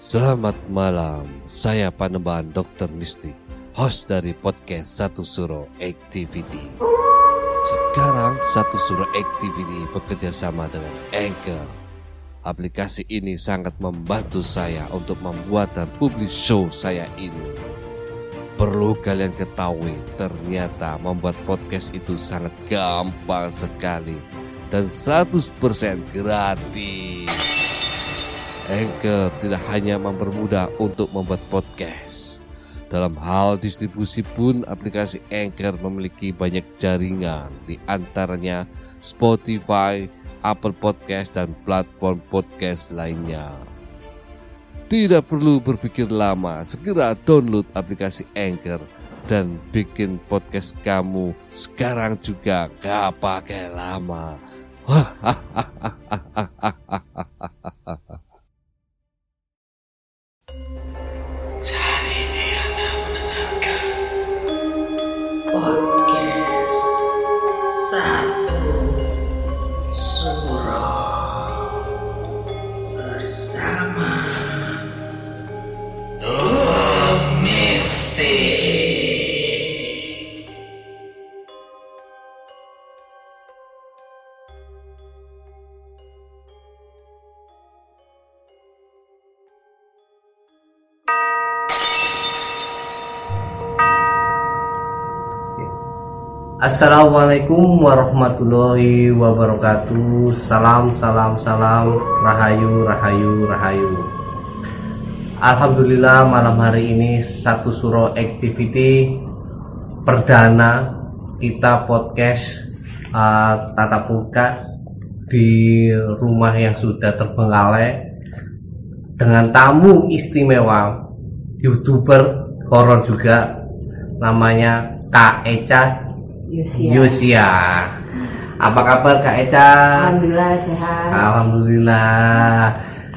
Selamat malam, saya Panembahan Dr. Mistik, host dari podcast Satu Suro Activity. Sekarang Satu Suro Activity bekerja sama dengan Anchor. Aplikasi ini sangat membantu saya untuk membuat dan publish show saya ini. Perlu kalian ketahui, ternyata membuat podcast itu sangat gampang sekali dan 100% gratis. Anchor tidak hanya mempermudah untuk membuat podcast. Dalam hal distribusi pun aplikasi Anchor memiliki banyak jaringan, di antaranya Spotify, Apple Podcast, dan platform podcast lainnya. Tidak perlu berpikir lama, segera download aplikasi Anchor dan bikin podcast kamu sekarang juga, gak pakai lama. Saat ini Anda mendengarkan podcast Satu Suro bersama Mistik. Assalamualaikum warahmatullahi wabarakatuh. Salam rahayu. Alhamdulillah, malam hari ini Satu Suro Activity perdana kita podcast tatap muka di rumah yang sudah terbengkalai dengan tamu istimewa, YouTuber horor juga, namanya Kak Echa Yusia. Apa kabar Kak Echa? Alhamdulillah sehat. Alhamdulillah.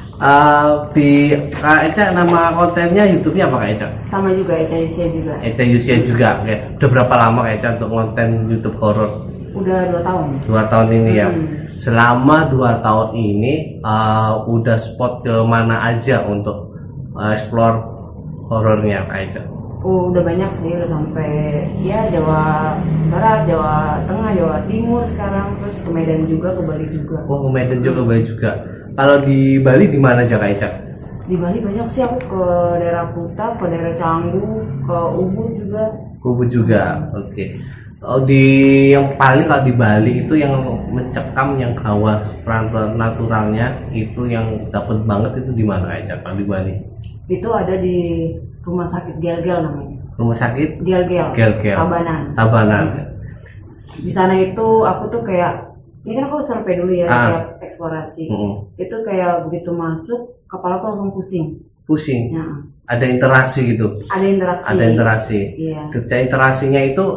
Di Kak Echa nama kontennya YouTube-nya apa Kak Echa? Sama juga Echa Yusia juga. Echa Yusia juga. Oke. Udah berapa lama Kak Echa untuk konten YouTube horor? Udah 2 tahun. 2 tahun ini ya. Selama 2 tahun ini udah spot ke mana aja untuk explore horornya Kak Echa? Udah banyak sih, udah sampai ya Jawa Barat, Jawa Tengah, Jawa Timur sekarang, terus ke Medan juga, ke Bali juga. Oh, ke Medan juga, ke Bali juga. Kalau di Bali di mana aja Kak Echa? Di Bali banyak sih, aku ke daerah Kuta, ke daerah Canggu, ke Ubud juga. Ubud juga. Oke. Oh, di yang paling kalau di Bali itu yang mencekam, yang hawa naturalnya itu yang dapat banget itu di mana Kak Echa kalau di Bali? Itu ada di Rumah Sakit Gel-Gel namanya. Rumah sakit Gel-Gel. Tabanan. Di sana itu aku tuh kayak, ini kan aku survei dulu ya, kayak eksplorasi. Itu kayak begitu masuk, kepala aku langsung pusing. Ya. Ada interaksi gitu. Ada interaksi. Iya. Kerja interaksinya itu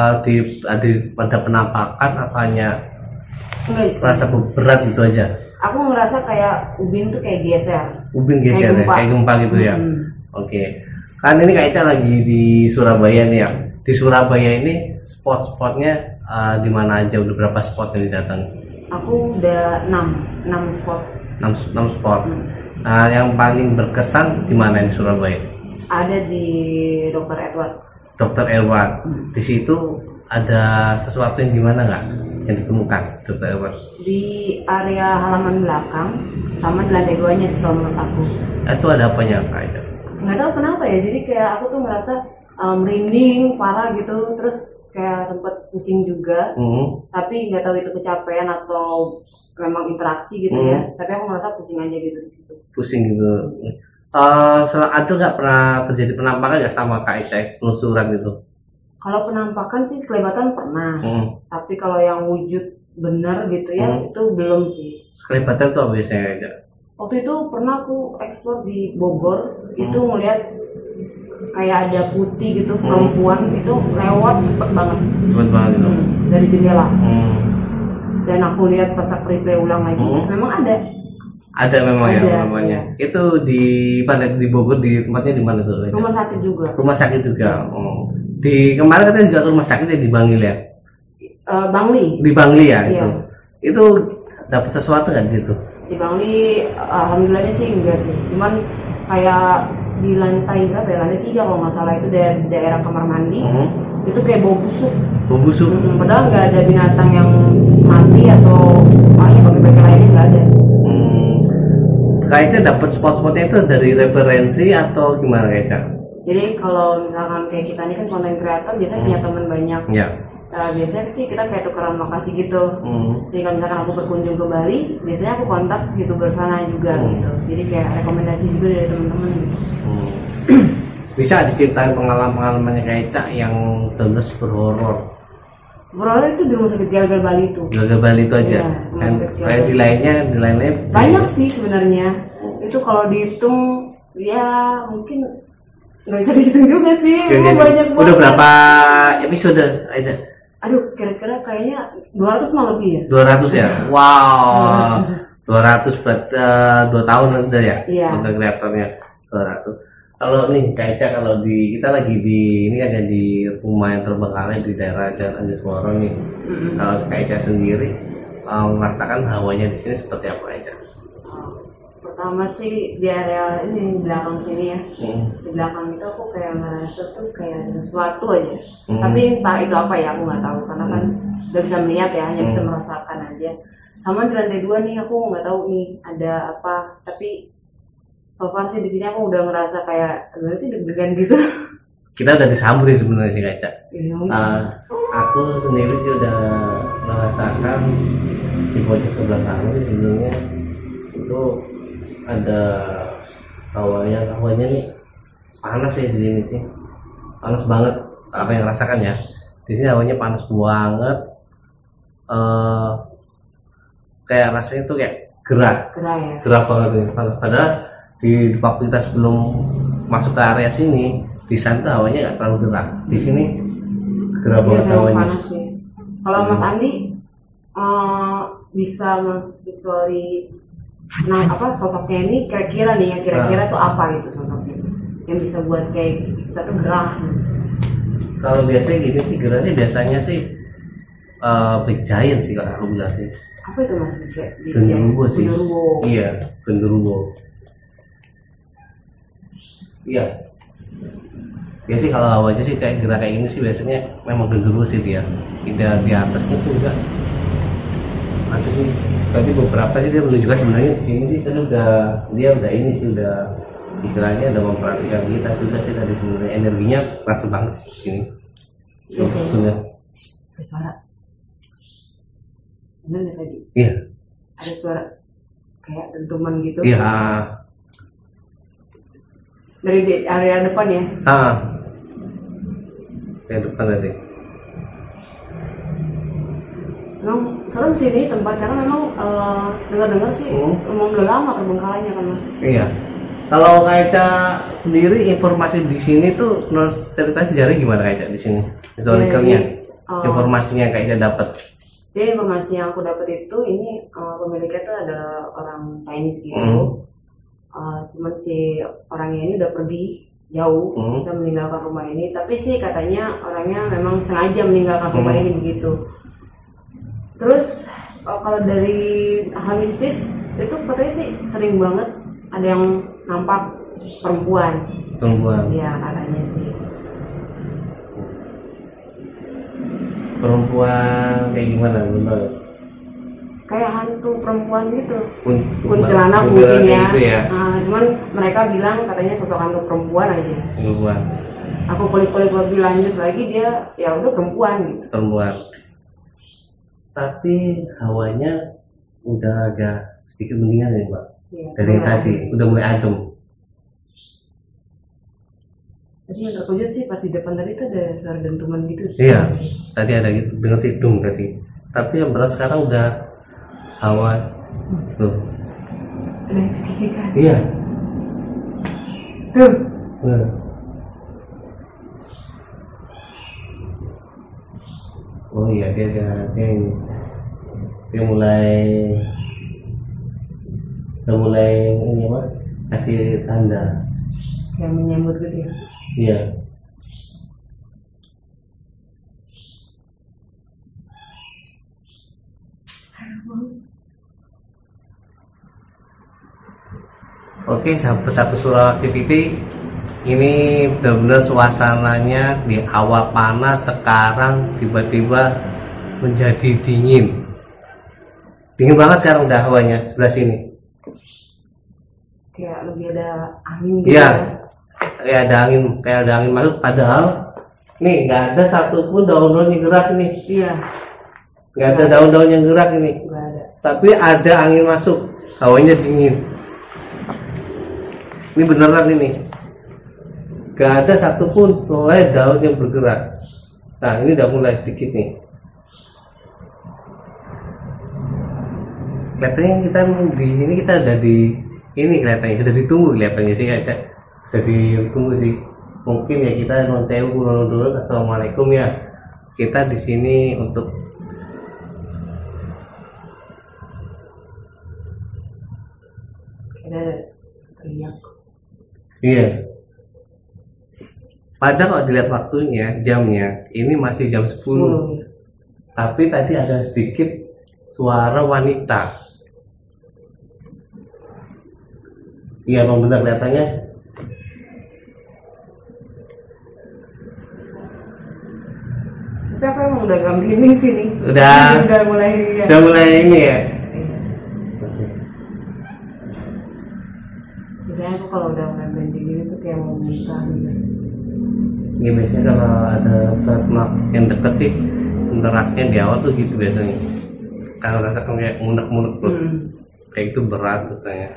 pada penampakan atau hanya rasa berat gitu aja? Aku ngerasa kayak ubin tuh kayak geser. Ubin geser kayak gempa gitu ya. Oke. Kan ini Kak Echa lagi di Surabaya nih ya. Di Surabaya ini spot-spotnya di mana aja? Udah berapa spot yang didatangi? Aku udah 6 spot. 6 spot. Nah, yang paling berkesan di mana di Surabaya? Ada di Dr. Edward. Dr. Edward. Di situ ada sesuatu yang gimana nggak yang ditemukan Dr. Edward? Di area halaman belakang sama di lantai 2-nya sih kalau menurut aku. Itu ada apanya Kak Echa? Nggak tahu kenapa ya, jadi kayak aku tuh ngerasa merinding parah gitu, terus kayak sempet pusing juga. Tapi nggak tahu itu kecapean atau memang interaksi gitu ya, tapi aku ngerasa pusing aja gitu di situ. Pusing gitu. Ada nggak pernah terjadi penampakan nggak sama Kak Echa, penelusuran gitu? Kalau penampakan sih sekelebatan pernah, tapi kalau yang wujud benar gitu ya itu belum sih. Sekelebatan tuh apa biasanya aja? Waktu itu pernah aku eksplor di Bogor, itu ngeliat kayak ada putih gitu, perempuan itu lewat cepet banget gitu. Dari jendela. Dan aku lihat pas aku replay ulang lagi, memang ada memang ya namanya. Itu di mana, di Bogor, di tempatnya di mana tuh? Rumah sakit juga. Rumah sakit juga. Di kemarin katanya juga ke rumah sakit ya, di Bangil ya? Bangli. Di Bangli ya. Iya. Itu dapat sesuatu nggak di situ? Di Bangli alhamdulillahnya sih enggak sih, cuman kayak di lantai berapa ya, lantai 3 kalau nggak salah, itu daerah kamar mandi. Itu kayak bau busuk. Padahal nggak ada binatang yang mati atau bagi-bagi lainnya, nggak ada. Kayaknya dapat spot-spotnya itu dari referensi atau gimana Kaica? Jadi kalau misalkan kayak kita ini kan konten kreator, biasanya punya teman banyak. Ya. Biasanya sih kita kayak tukeran lokasi gitu. Jadi kalau misalkan aku berkunjung ke Bali, biasanya aku kontak YouTuber sana juga gitu. Jadi kayak rekomendasi juga dari teman-teman. Bisa diceritain pengalaman-pengalamannya Kaica yang terus berhoror? Berhoror itu di rumah sakit Gel-Gel Bali itu. Gel-Gel Bali itu aja. Iya, Kan kayak di lainnya banyak sih sebenarnya. Itu kalau dihitung ya mungkin nggak bisa dihitung juga sih. Banyak banget. Udah berapa episode aja? Aduh, kira-kira kayaknya 200 mah lebih ya. 200 ya? Wow. 200 berarti 2 tahun udah ya? Iya. Untuk kreatornya 200. Kalau nih Kaica, kalau kita lagi di ini ada di rumah yang terbengkalai di daerah Jalan Anjasmara nih. Kalau Kaica sendiri merasakan hawanya di sini seperti apa Kaica? Pertama sih di area ini di belakang sini ya. Di belakang itu aku kayak ngerasa tuh kayak ada sesuatu aja. Tapi entah itu apa ya, aku nggak tahu karena kan nggak bisa melihat ya, hanya bisa merasakan aja. Sama di lantai 2 nih aku nggak tahu nih ada apa, tapi so far sih di sini aku udah ngerasa kayak gimana sih, deg-degan gitu. Kita udah disambut sebenarnya sih Kaica. Aku sendiri sih udah merasakan di pojok sebelah kanan sih sebelumnya itu ada hawanya nih panas ya di sini sih, panas banget. Apa yang rasakan ya di sini hawanya panas banget, kayak rasanya tuh kayak gerah banget nih. Padahal di waktu kita sebelum masuk ke area sini di sana tuh hawanya nggak terlalu gerah, di sini gerah banget hawanya. Panas sih. Kalau Mas Andi bisa memvisuali sosoknya ini kira-kira nih, yang kira-kira tuh apa gitu sosoknya yang bisa buat kayak kita tuh gerah. Kalau biasanya gini sih gerahnya biasanya sih big giant sih kalau aku bilang sih. Apa itu Mas? Genderuwo sih. Iya, genderuwo. Iya. Ya sih kalau hawanya sih kayak gerah kayak gini sih biasanya memang genderuwo sih dia. Tidak di atasnya tuh juga. Nanti sih berarti beberapa sih dia menunjukkan sebenarnya di sini sih kan dia udah ini sih udah istilahnya udah memperhatikan kita sudah sih tadi sebenarnya energinya kerasa banget sih di sini. Betul. Suara. Benar nggak tadi? Iya. Ada suara kayak dentuman gitu. Iya. Dari area depan ya? Kayak depan tadi. Memang serem sih ini tempat karena memang dengar-dengar sih emang udah lama terbengkalainya kan Mas. Iya. Kalau Kaica sendiri informasi di sini tuh menurut cerita sejarah gimana Kaica di sini? Historicalnya, informasinya Kaica dapat. Jadi informasi yang aku dapat itu ini pemiliknya tuh adalah orang Chinese gitu. Cuman si orangnya ini udah pergi jauh, udah meninggalkan rumah ini. Tapi sih katanya orangnya memang sengaja meninggalkan rumah ini begitu. Terus kalau dari hal mistis itu katanya sih sering banget ada yang nampak perempuan. Ya katanya sih. Perempuan kayak gimana belum? Kayak hantu perempuan gitu. Kuntilanak mungkin ya. Gitu ya. Cuman mereka bilang katanya sosok hantu perempuan aja. Perempuan. Aku kulik-kulik lebih lanjut lagi dia ya udah perempuan gitu. Perempuan. Tapi hawanya udah agak sedikit mendingan ya Mbak. Iya, dari yang tadi udah mulai adem. Tadi yang terkejut sih pas di depan tadi tuh ada suara dentuman gitu. Iya, tadi ada gitu, dengar sih dung tadi. Tapi yang beras sekarang udah hawa tuh. Ada yang cekikikan. Iya. Tuh. Oh iya dia mulai ini apa? Kasih tanda. Yang menyambut gitu ya. Iya. Oke, sahabat Satu Suro Suro Activity. Ini benar-benar suasananya di awal panas, sekarang tiba-tiba menjadi dingin. Dingin banget sekarang udah hawanya sebelah sini. Kayak lebih ada angin gitu. Iya. Kayak ada angin masuk, padahal nih nggak ada satupun daun-daun yang gerak nih. Iya. Nggak ada daun-daun yang gerak ini. Nggak ada. Tapi ada angin masuk, hawanya dingin. Ini beneran ini. Nggak ada satupun mulai daun yang bergerak. Nah ini udah mulai sedikit nih. Kelihatannya kita udah di ini kelihatannya sudah ditunggu kelihatannya sih kayak sudah ditunggu sih. Mungkin ya kita non sewu dulu. Assalamualaikum ya. Kita di sini untuk Ada teriak. iya. Padahal kalau dilihat waktunya, jamnya ini masih jam 10. Tapi tadi ada sedikit suara wanita. Iya, emang benar kelihatannya. Tapi aku emang udah gini sini. Udah mulai ini ya. Biasanya aku kalau udah mulai berhenti gini tuh kayak mau muntah gitu. Ini biasanya kalau ada pemak yang deket sih interaksinya di awal tuh gitu biasanya. Kalau rasakan kayak munek-munek tuh, kayak itu berat biasanya.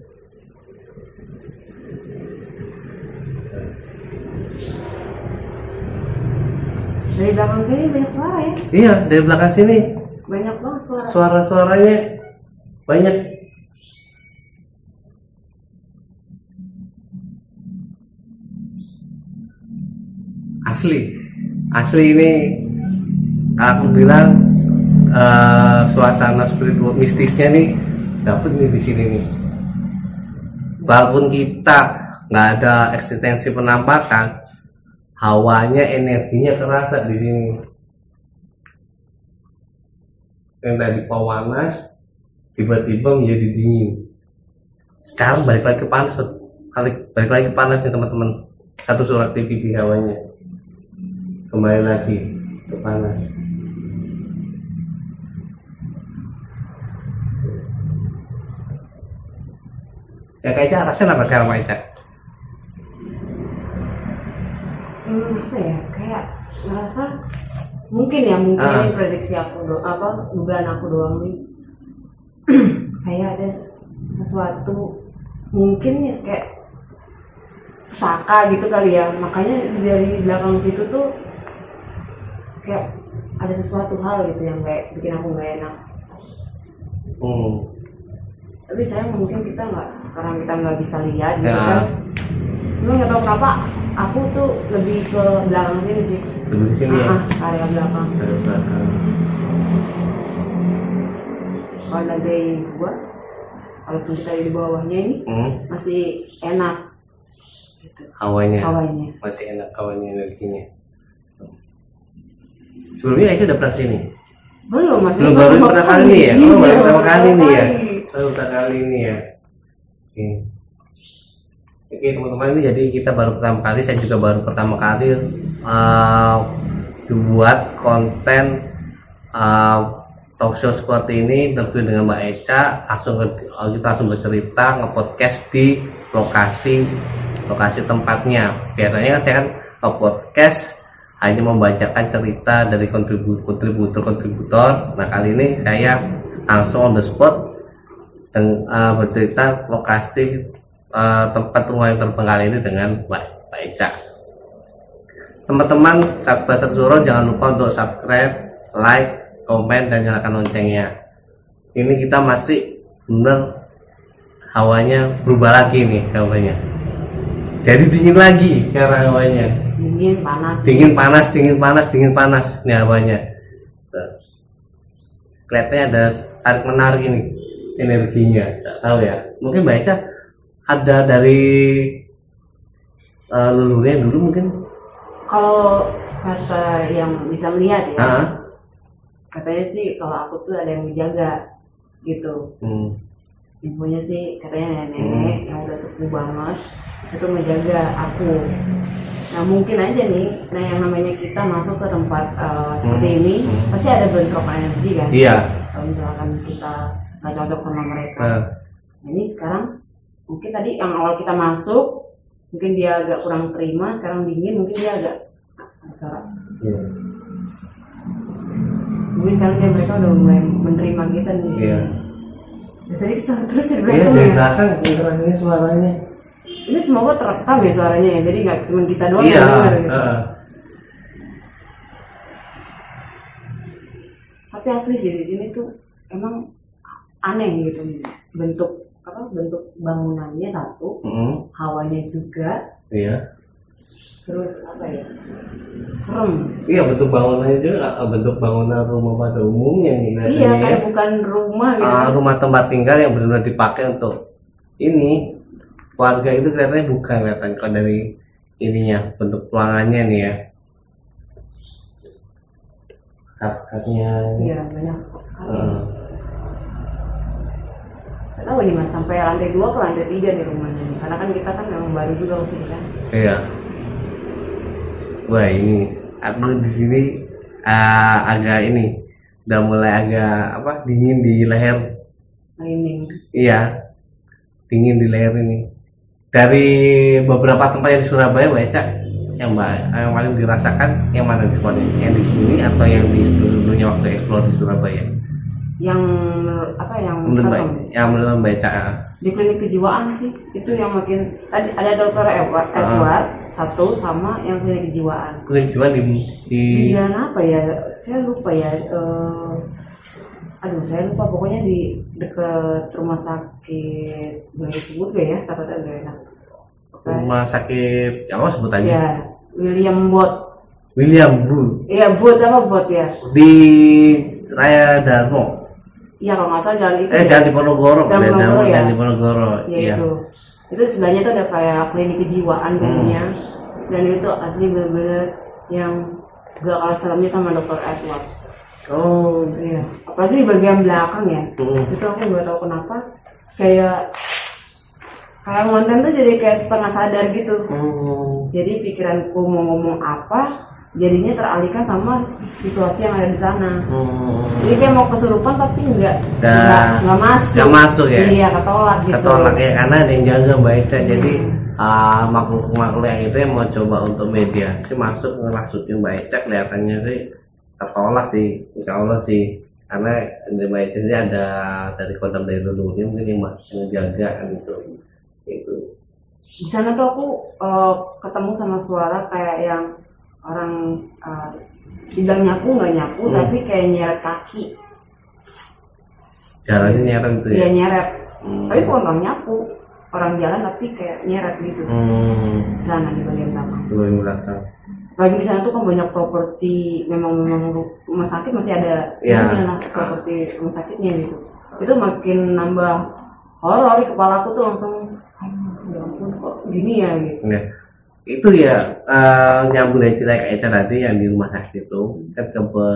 Dari belakang sini banyak suara ya? Iya, dari belakang sini Banyak banget suara. suara-suaranya banyak. Asli ini aku bilang suasana spiritual mistisnya nih dapet nih di sini nih. Walaupun kita nggak ada eksistensi penampakan, hawanya energinya kerasa di sini. Yang tadi panas tiba-tiba menjadi dingin. Sekarang balik lagi ke panas nih teman-teman. Satu Suro Activity hawanya kembali lagi ke panas. Ya Kak Ica, rasanya apa sekarang Kak Ica? Apa ya? Kayak ngerasa mungkin ini prediksi aku dugaan aku doang nih. Kayak ada sesuatu mungkin ya kayak pusaka gitu kali ya, makanya dari belakang situ tuh kayak ada sesuatu hal gitu yang kayak bikin aku nggak enak. Tapi saya mungkin kita nggak, karena kita nggak bisa lihat gitu kan. Cuma nggak tahu kenapa aku tuh lebih ke belakang sini sih. Lebih ke sini ya? Area belakang. Kalau dari gua, walaupun kita di bawahnya ini masih enak. Gitu. Hawanya masih enak, hawanya energinya. Sebelumnya itu udah pernah sini? Belum, baru pertama kali nih ya. Baru pertama kali nih ya. Baru pertama kali ini ya. Oke teman-teman, ini jadi kita baru pertama kali, saya juga baru pertama kali buat konten talk show seperti ini, interview dengan Mbak Eca. Kita langsung bercerita nge-podcast di lokasi tempatnya. Biasanya kan saya kan nge-podcast hanya membacakan cerita dari kontributor. Nah kali ini saya langsung on the spot bercerita lokasi tempat rumah yang terbang kali ini dengan Mbak Eca. Teman-teman, sahabat Satu Suro, jangan lupa untuk subscribe, like, komen, dan nyalakan loncengnya. Ini kita masih bener hawanya berubah lagi nih hawanya. Jadi dingin lagi sekarang hawanya. Dingin panas nih hawanya. Kelihatannya ada tarik menarik ini energinya. Tidak tahu ya. Mungkin Mbak Eca ada dari leluhurnya dulu mungkin. Kalau kata yang bisa melihat ya, katanya sih kalau aku tuh ada yang menjaga gitu. Infonya sih katanya nenek yang udah sepuh banget itu menjaga aku. Nah mungkin aja nih, nah yang namanya kita masuk ke tempat seperti ini pasti ada bentrok energi kan. Iya. Kalau misalkan kita nggak cocok sama mereka. Ini sekarang mungkin tadi yang awal kita masuk mungkin dia agak kurang terima, sekarang dingin mungkin dia agak suara. Mungkin sekarang dia mereka udah mulai menerima kita nih. Iya. Nah, tadi terus di Iya, belakang dari ya. belakang interaksinya suaranya. Ini semoga terekam ya suaranya ya, jadi nggak cuma kita doang Iya. yang dengar gitu. Tapi asli sih di sini tuh emang aneh gitu, bentuk bangunannya satu, hawanya juga, Iya. terus apa ya, serem. Iya, bentuk bangunannya juga bentuk bangunan rumah pada umumnya nih. Iya, kayak bukan rumah gitu. Rumah tempat tinggal yang benar-benar dipakai untuk ini. Warga itu kelihatannya bukan, kelihatan kalau dari ininya, bentuk ruangannya nih ya. Sekat-sekatnya. Iya, banyak sekali. Gak tahu nih mas, sampai lantai 2 ke lantai 3 nih rumahnya nih. Karena kan kita kan memang baru juga kesini kan. Iya. Wah ini, aku di sini agak ini, udah mulai agak dingin di leher. Ini. Iya, dingin di leher ini. Dari beberapa tempat yang di Surabaya, Weca, yang paling dirasakan yang mana di sini? Yang di sini atau yang di sebelumnya waktu explore di Surabaya? Yang menurut Weca di klinik kejiwaan sih itu yang makin tadi ada dokter Edward satu sama yang klinik kejiwaan. Klinik kejiwaan di jalan apa ya? Saya lupa ya. Saya lupa, pokoknya di dekat rumah sakit, boleh disebut gak ya? Takutnya gak enak. Rumah sakit, apa sebut aja? Ya, William Booth. Iya, Booth ya? Di Raya Darmo. Iya, kalau nggak salah jalan itu. Jalan Diponegoro. Jalan Diponegoro. Iya. Itu sebelahnya tuh ada kayak klinik kejiwaan jadinya. Dan itu asli bener-bener yang gak kalah seremnya sama dokter Edward. Oh iya, apalagi di bagian belakang ya. Itu aku nggak tahu kenapa kayak konten tuh jadi kayak setengah sadar gitu. Jadi pikiranku mau ngomong apa, jadinya teralihkan sama situasi yang ada di sana. Jadi kayak mau kesurupan tapi nggak masuk. Nggak masuk ya? Iya, ketolak gitu. Ketolak ya, karena ada yang jaga Mbak Eca. Jadi makhluk-makhluk yang itu yang mau coba untuk mediasi masuk ngerasukin Mbak Eca, kelihatannya sih tertolak sih, insya Allah sih, karena di Mbak Eca ini ada dari kodam dari leluhurnya mungkin yang menjaga gitu. Itu di sana tuh aku ketemu sama suara kayak yang orang dibilang nyapu nggak nyapu tapi kayak nyeret kaki. Jalannya nyeret gitu ya? Iya nyeret. Tapi bukan orang nyapu, orang jalan tapi kayak nyeret gitu. Sana di bagian belakang. Di bagian belakang. Lagi di sana tuh kan banyak properti, memang rumah sakit masih ada properti rumah sakitnya gitu. Itu makin nambah horor di kepala aku tuh langsung, ya ampun kok gini ya gitu. Ya. Itu ya nyambung dari cerita Kak Eca tadi yang di rumah sakit itu kan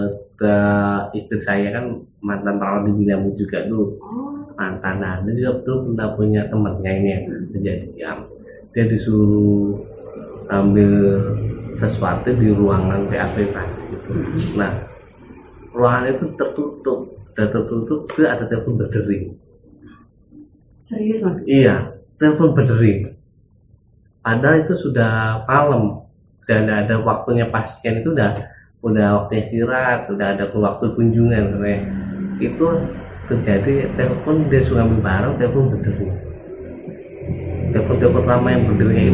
istri saya kan mantan perawat di Bilamu juga tuh mantan. Nah dia juga pernah punya temannya ini yang kejadian, dia disuruh ambil sesuatu di ruangan rehabilitasi gitu. Nah ruangan itu tertutup itu ada telepon berdering. Serius mas? Iya, telepon berdering. Padahal itu sudah malam dan ada waktunya pasien itu udah waktu istirahat, udah ada waktu kunjungan katanya. Itu terjadi telepon dia suruh ambil barang, telepon berdering. Telepon lama yang berdering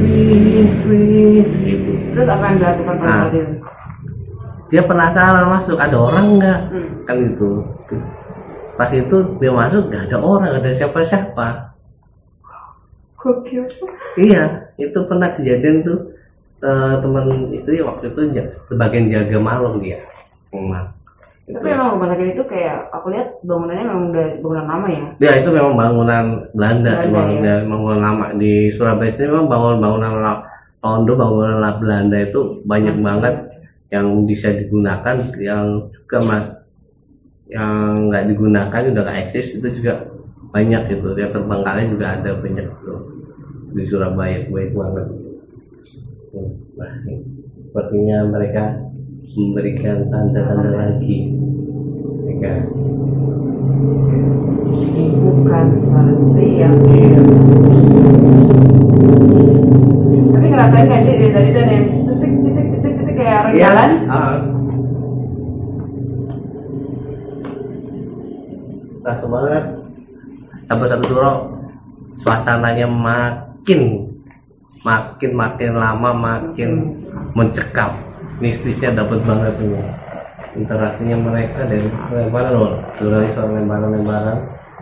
itu. Terus apa yang dilakukan pada saat itu? Dia penasaran masuk, ada orang nggak? Kan gitu. Pas itu dia masuk nggak ada orang, nggak ada siapa-siapa. Gokil. Iya, itu pernah kejadian tuh teman istri waktu itu sebagian jaga malam dia. Tapi emang rumah sakit itu kayak aku lihat bangunannya memang udah bangunan lama ya? Ya itu memang bangunan Belanda bangunan lama di Surabaya ini memang bangunan Belanda itu banyak banget yang bisa digunakan, yang juga yang nggak digunakan udah nggak eksis itu juga banyak gitu. Yang terbengkalai juga ada banyak gitu. di Surabaya baik banget. Nah, sepertinya mereka memberikan tanda-tanda lagi. Mereka bukan suara teriak. Tapi ngerasain nggak sih dari tadi dan yang titik kayak orang jalan? Rasa banget. Sahabat Satu Suro, suasananya makin lama makin mencekam. Mistisnya dapat banget tuh. Interaksinya mereka dari lemparan loh, lemparan.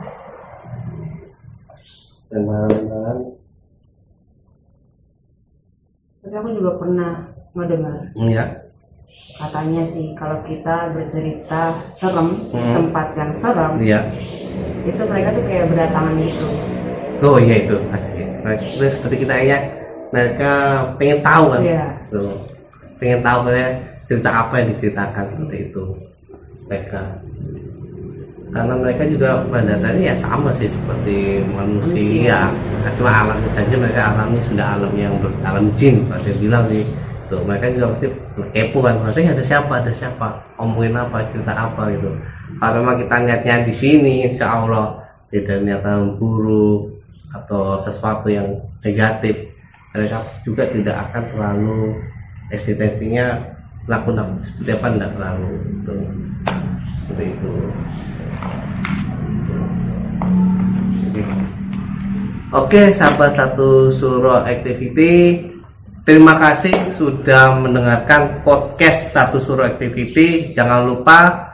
Tapi aku juga pernah mendengar. Iya. Katanya sih kalau kita bercerita serem, tempat yang serem, Iya. itu mereka tuh kayak berdatangan gitu. Oh iya itu pasti. Terus seperti kita ya, mereka pengen tahu kan. Iya. Tuh. Pengen tahu ya cerita apa yang diceritakan seperti itu mereka. Karena mereka juga pada dasarnya ya sama sih seperti manusia. Cuma alamnya saja mereka alami sudah alam yang alam jin. Pada bilang sih. Tuh, mereka juga pasti kepo kan, berarti ada siapa, omongin apa, cerita apa gitu. Kalau memang kita niatnya di sini, insya Allah tidak niatan buruk atau sesuatu yang negatif, mereka juga tidak akan terlalu eksistensinya nakut-nakut setiap tidak terlalu gitu. Seperti itu. Oke, sahabat Satu Suro Activity, terima kasih sudah mendengarkan podcast Satu Suro Activity. Jangan lupa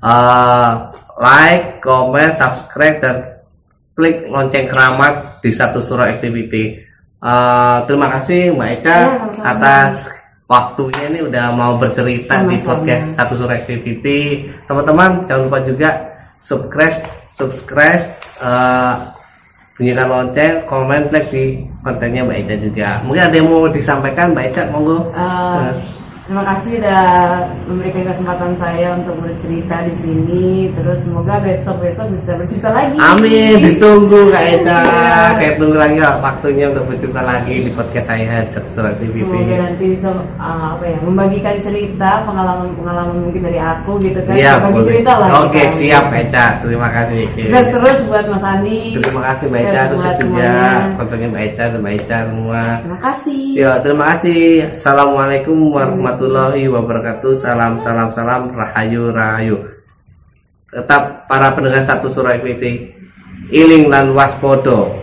like, comment, subscribe, dan klik lonceng keramat di Satu Suro Activity. Terima kasih Mbak Eca atas waktunya ini udah mau bercerita di podcast Satu Suro Activity. Teman-teman jangan lupa juga subscribe, bunyikan lonceng, komen, like di kontennya Mbak Eca juga. Mungkin ada yang mau disampaikan Mbak Eca, monggo. Terima kasih udah memberikan kesempatan saya untuk bercerita di sini. Terus semoga besok bisa bercerita lagi. Amin, ditunggu Kak Eca. Saya tunggu lagi waktunya untuk bercerita lagi di podcast saya Satu Suro Activity. Semoga nanti bisa membagikan cerita pengalaman mungkin dari aku gitu kan. Iya, bagi cerita lah. Oke, siap Kak Eca. Terima kasih. Sukses terus buat Mas Andi. Terima kasih Mbak Eca, terus juga kontennya Mbak Eca dan Mbak Eca semua. Terima kasih. Ya, terima kasih. Assalamualaikum warahmatullahi wabarakatuh. Salam rahayu. Tetap para pendengar Satu Suro Activity, iling lan waspodo.